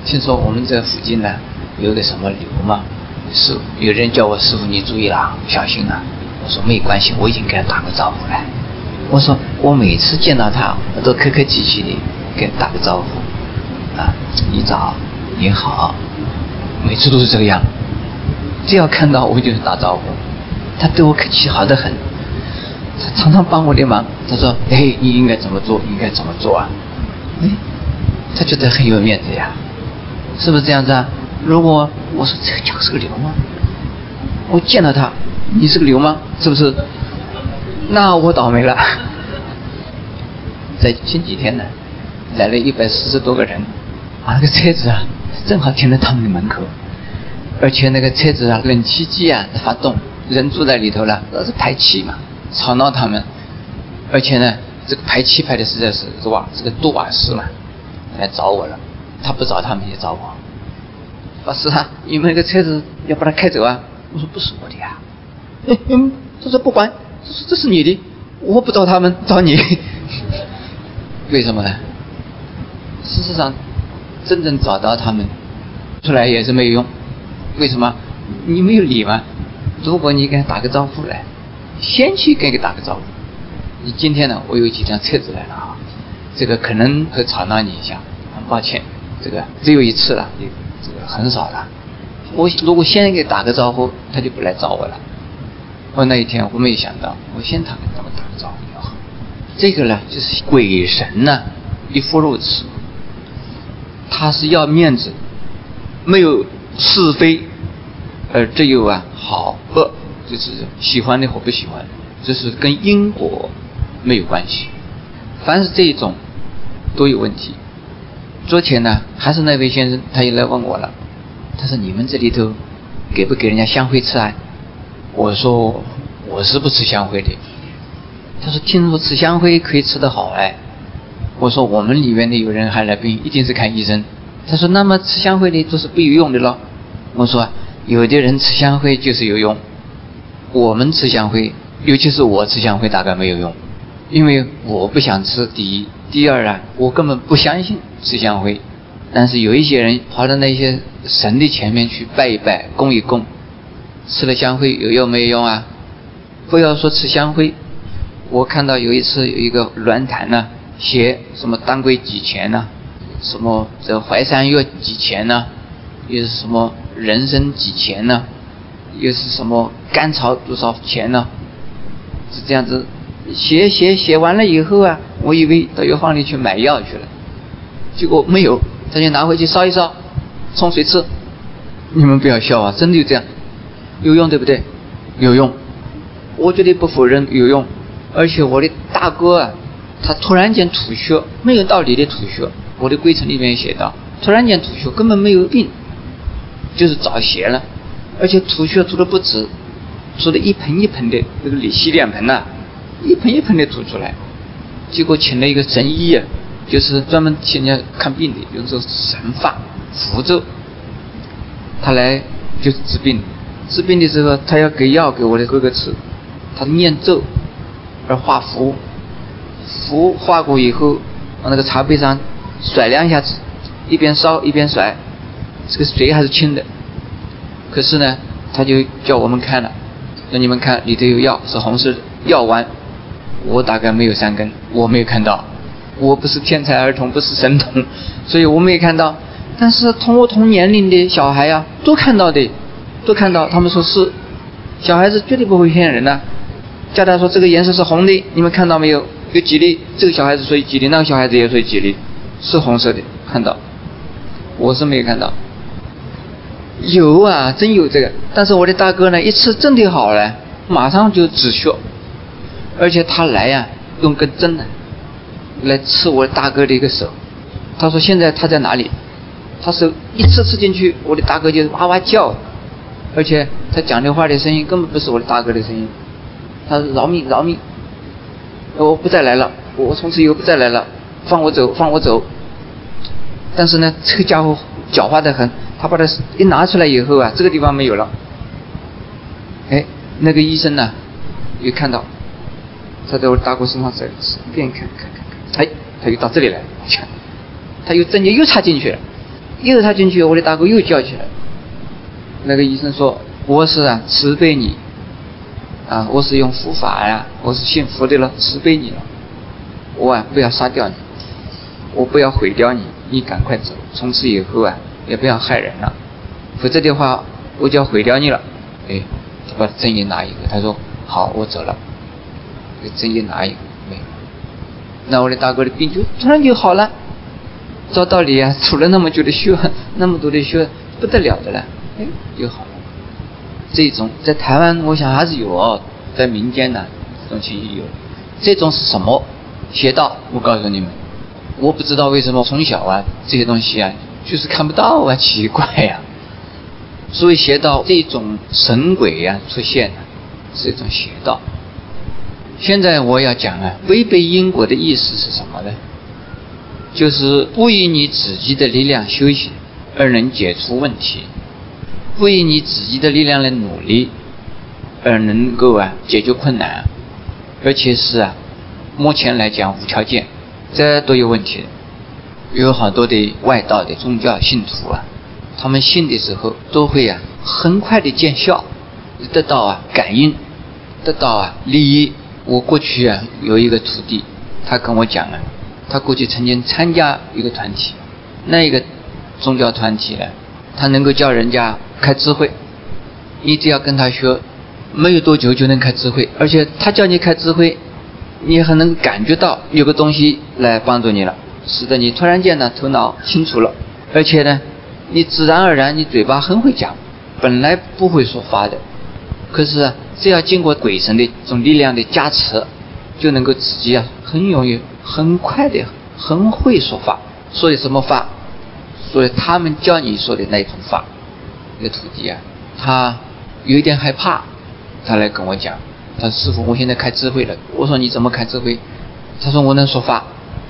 听说我们这附近呢有个什么流氓，有人叫我师傅你注意了，小心了。我说没关系，我已经给他打个招呼了。我说我每次见到他，我都客客气气的给他打个招呼啊，你早，你好，每次都是这个样。只要看到我就是打招呼，他对我客气好得很，他常常帮我的忙。他说：“哎，你应该怎么做？应该怎么做啊？”哎，他觉得很有面子呀，是不是这样子啊？如果我说这个就是个流氓，我见到他，你是个流氓，是不是？那我倒霉了。在前几天呢，来了140多个人，那个车子啊，正好停在他们的门口，而且那个车子啊，冷气机啊在发动，人住在里头了，都是排气嘛，吵闹他们。而且呢，这个排气排的实在是哇，这个杜瓦斯嘛，来找我了。他不找他们也找我。法师啊，你们那个车子要把它开走啊？我说不是我的呀。他说不管，这是你的，我不找他们，找你。为什么呢？事实上，真正找到他们出来也是没有用。为什么？你没有理嘛。如果你给他打个招呼来，先去给他打个招呼。你今天呢，我有几辆车子来了啊，这个可能会吵闹你一下，很抱歉，这个只有一次了，这个很少了。我如果先给他打个招呼，他就不来找我了。我那一天我没有想到，我先跟他们打个招呼就好。这个呢，就是鬼神呢，一夫如此，他是要面子，没有是非，只有好恶，就是喜欢的或不喜欢，这是跟因果没有关系。凡是这一种都有问题。昨天呢，还是那位先生，他又来问我了，他说你们这里头给不给人家香灰吃啊？我说我是不吃香灰的。他说听说吃香灰可以吃得好哎。我说我们里面的有人还来病，一定是看医生。他说那么吃香灰的都是不有用的咯。我说有的人吃香灰就是有用，我们吃香灰，尤其是我吃香灰大概没有用，因为我不想吃。第一，第二啊，我根本不相信吃香灰。但是有一些人跑到那些神的前面去拜一拜，供一供，吃了香灰有用没有用啊？不要说吃香灰，我看到有一次有一个论坛呢，写什么当归几钱呢，什么这淮山药几钱呢，又是什么人参几钱呢，又是什么甘草多少钱呢，是这样子写完了以后啊，我以为到药房里去买药去了，结果没有，他就拿回去烧一烧，冲水吃。你们不要笑啊，真的就这样，有用对不对？有用，我绝对不否认有用。而且我的大哥啊，他突然间吐血，没有道理的吐血，我的规程里面写到，突然间吐血根本没有病，就是早泄了，而且吐血吐的不止，吐的一盆一盆的，那个洗脸盆啊，一盆一盆的吐出来。结果请了一个神医啊，就是专门替人家看病的，有时候神法符咒，他来就是治病。治病的时候，他要给药给我的哥哥吃，他念咒而画符，符画过以后，往那个茶杯上甩2下子，一边烧一边甩，这个水还是清的。可是呢，他就叫我们看了，说你们看里头有药，是红色的药丸。我大概没有3根，我没有看到，我不是天才儿童，不是神童，所以我没有看到。但是同年龄的小孩啊，都看到的，都看到。他们说是，小孩子绝对不会骗人的。叫他说这个颜色是红的，你们看到没有？有几粒？这个小孩子说几粒，那个小孩子也说几粒，是红色的，看到。我是没有看到。有啊，真有这个。但是我的大哥呢，一吃真的好了，马上就止血，而且他来呀，用根针呢，来刺我的大哥的一个手。他说现在他在哪里？他手一刺进去，我的大哥就哇哇叫，而且他讲的话的声音根本不是我的大哥的声音。他说饶命饶命，我不再来了，我从此以后不再来了，放我走放我走。但是呢，这个家伙狡猾得很，他把它一拿出来以后啊，这个地方没有了。哎，那个医生呢，又看到，他在我大哥身上再一边看，哎，他又到这里来，他又针又插进去了， 又他进去，我的大哥又叫起来。那个医生说：“我是慈悲你，我是用佛法呀，我是信佛的了，慈悲你了。我不要杀掉你，我不要毁掉你，你赶快走，从此以后也不要害人了，否则的话我就要毁掉你了。”哎，他把针也拿一个，他说：“好，我走了。”针也拿一个，没有。那我的大哥的病就突然就好了。照道理处了那么久的修，那么多的修，不得了的了，哎，就好了。这种在台湾，我想还是有在民间呢，这种情形有。这种是什么邪道？我告诉你们，我不知道为什么从小这些东西就是看不到奇怪所以邪道这种神鬼出现是一种邪道。现在我要讲违背因果的意思是什么呢？就是不以你自己的力量修行而能解除问题，不以你自己的力量来努力而能够解决困难，而且是目前来讲无条件，这都有问题的。有好多的外道的宗教信徒他们信的时候都会很快的见效，得到感应，得到利益。我过去有一个徒弟，他跟我讲他过去曾经参加一个团体，那一个宗教团体他能够叫人家开智慧，你只要跟他学，没有多久就能开智慧，而且他叫你开智慧，你还能感觉到有个东西来帮助你了，使得你突然间头脑清楚了，而且呢，你自然而然你嘴巴很会讲，本来不会说话的，可是只要经过鬼神的这种力量的加持，就能够自己很容易很快的很会说法。说的什么法？所以他们教你说的那种法。那个徒弟他有一点害怕，他来跟我讲，他说：“师父，我现在开智慧了。”我说：“你怎么开智慧？”他说：“我能说法。”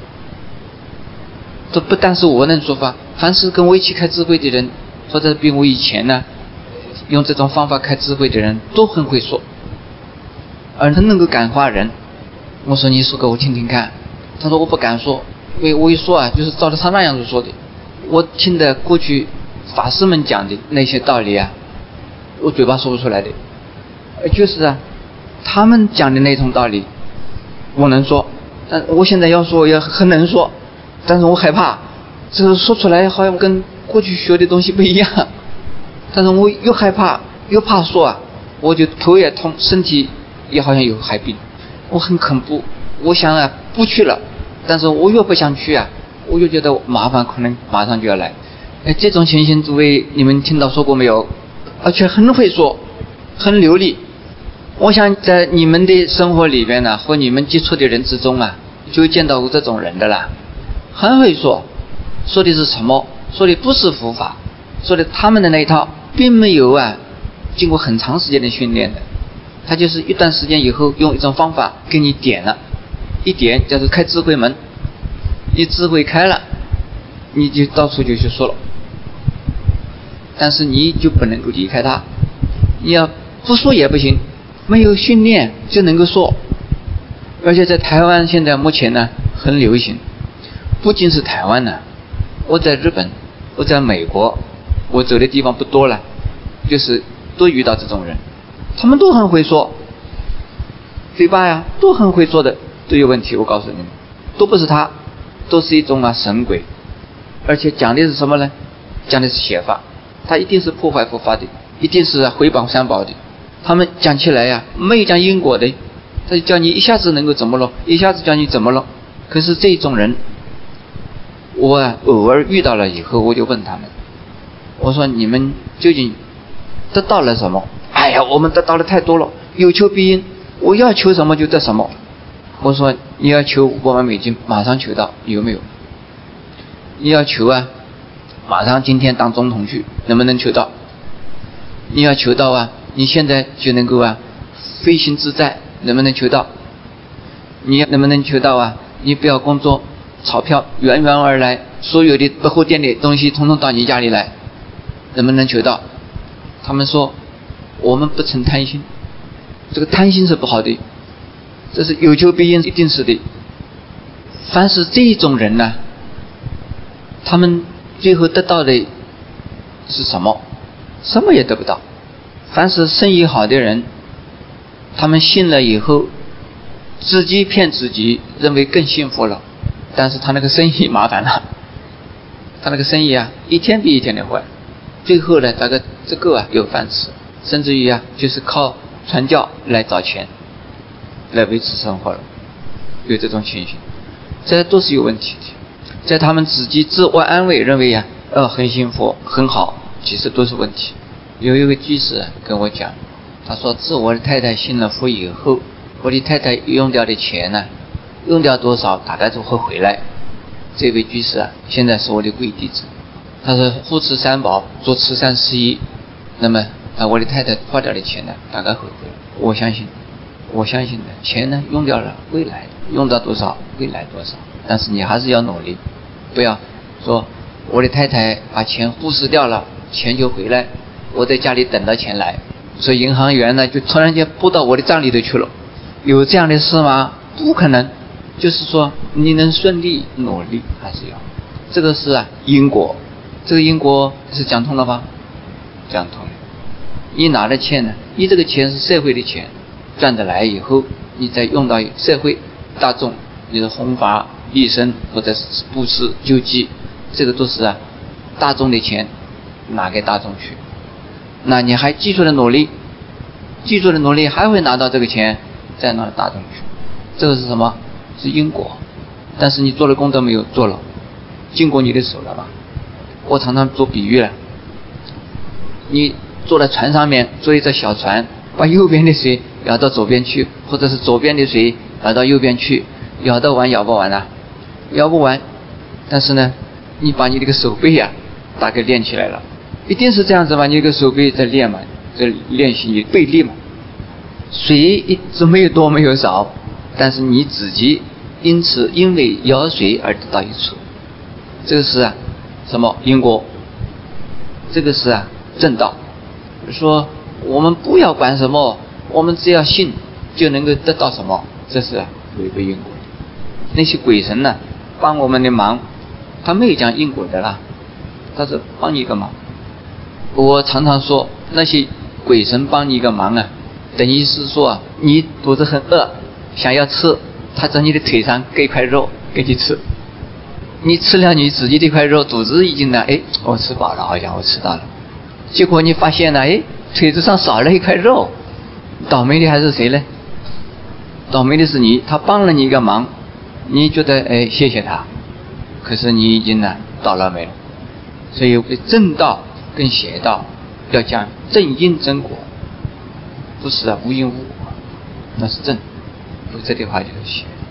这不但是我能说法，凡是跟我一起开智慧的人，或者比我以前用这种方法开智慧的人都很会说，而很能够感化人。我说：“你说给我听听看。”他说：“我不敢说，因为我一说就是照着他那样子说的。我听的过去法师们讲的那些道理我嘴巴说不出来的，就是他们讲的那种道理我能说，但我现在要说也很能说，但是我害怕，这个说出来好像跟过去学的东西不一样，但是我又害怕又怕说我就头也痛，身体也好像有害病，我很恐怖。我想不去了，但是我越不想去我就觉得麻烦可能马上就要来。这种情形诸位你们听到说过没有？而且很会说，很流利。我想在你们的生活里边和你们接触的人之中就见到过这种人的啦，很会说。说的是什么？说的不是佛法，说的他们的那一套并没有经过很长时间的训练的，他就是一段时间以后用一种方法给你点了，一点叫做开智慧门，你智慧开了，你就到处就去说了，但是你就不能够离开它，你要不说也不行，没有训练就能够说。而且在台湾现在目前很流行，不仅是台湾我在日本，我在美国，我走的地方不多了，就是都遇到这种人，他们都很会说，嘴巴都很会说的，都有问题。我告诉你们，都不是他，都是一种神鬼，而且讲的是什么呢？讲的是邪法，他一定是破坏佛法的，一定是毁谤三宝的。他们讲起来没有讲因果的，他就叫你一下子能够怎么了，一下子叫你怎么了。可是这种人我偶尔遇到了以后，我就问他们，我说：“你们究竟得到了什么？”哎呀，我们得到了太多了，有求必应，我要求什么就得什么。我说：“你要求500万美金，马上求到，有没有？你要求马上今天当总统去，能不能求到？你要求到你现在就能够飞行自在，能不能求到？你能不能求到你不要工作，钞票源源而来，所有的百货店的东西统统到你家里来，能不能求到？”他们说：“我们不曾贪心，这个贪心是不好的，这是有求必应，一定是的。”凡是这种人他们最后得到的是什么？什么也得不到。凡是生意好的人，他们信了以后，自己骗自己，认为更幸福了，但是他那个生意麻烦了，他那个生意啊，一天比一天的坏，最后呢，大概这个啊有饭吃，甚至于啊，就是靠传教来找钱，来维持生活了，有这种情形，这都是有问题的。在他们自己自我安慰，认为呀，很幸福很好，其实都是问题。有一位居士跟我讲，他说自我的太太信了佛以后，我的太太用掉的钱呢，用掉多少大概就会回来。这位居士啊，现在是我的贵弟子，他说护持三宝，做慈善事业，那么我的太太花掉的钱呢，大概会回来。我相信的，钱呢用掉了会来，用到多少会来多少，但是你还是要努力，不要说我的太太把钱忽视掉了，钱就回来，我在家里等到钱来，所以银行员呢就突然间拨到我的账里头去了，有这样的事吗？不可能。就是说你能顺利努力还是要，这个是啊因果，这个因果是讲通了吧？讲通了。你拿的钱呢，你这个钱是社会的钱，赚得来以后，你再用到社会大众，你的弘法利生或者是布施救济，这个都是啊大众的钱，拿给大众去。那你还继续的努力还会拿到这个钱，再拿到大众去。这个是什么？是因果。但是你做的功德没有做了，经过你的手了吧？我常常做比喻了，你坐在船上面，坐一只小船，把右边的水舀到左边去，或者是左边的水舀到右边去，舀得完舀不完啊？舀不完。但是呢，你把你这个手背啊，大概练起来了，一定是这样子吧？你这个手背在练嘛，在练习你背力嘛。水一直没有多没有少，但是你自己因为舀水而得到益处，这个是啊什么因果？这个是啊正道。说我们不要管什么，我们只要信就能够得到什么，这是啊违背因果。那些鬼神呢帮我们的忙，他没有讲因果的啦，他是帮你一个忙。我常常说那些鬼神帮你一个忙啊，等于是说啊你肚子很饿想要吃，他在你的腿上给一块肉给你吃，你吃了你自己的一块肉，肚子已经呢我吃饱了，好像我吃到了，结果你发现呢腿子上少了一块肉，倒霉的还是谁呢？倒霉的是你，他帮了你一个忙，你觉得谢谢他，可是你已经呢倒了霉了。所以正道跟邪道要讲正因正果，不是无因无果，那是正，否则的话就是邪。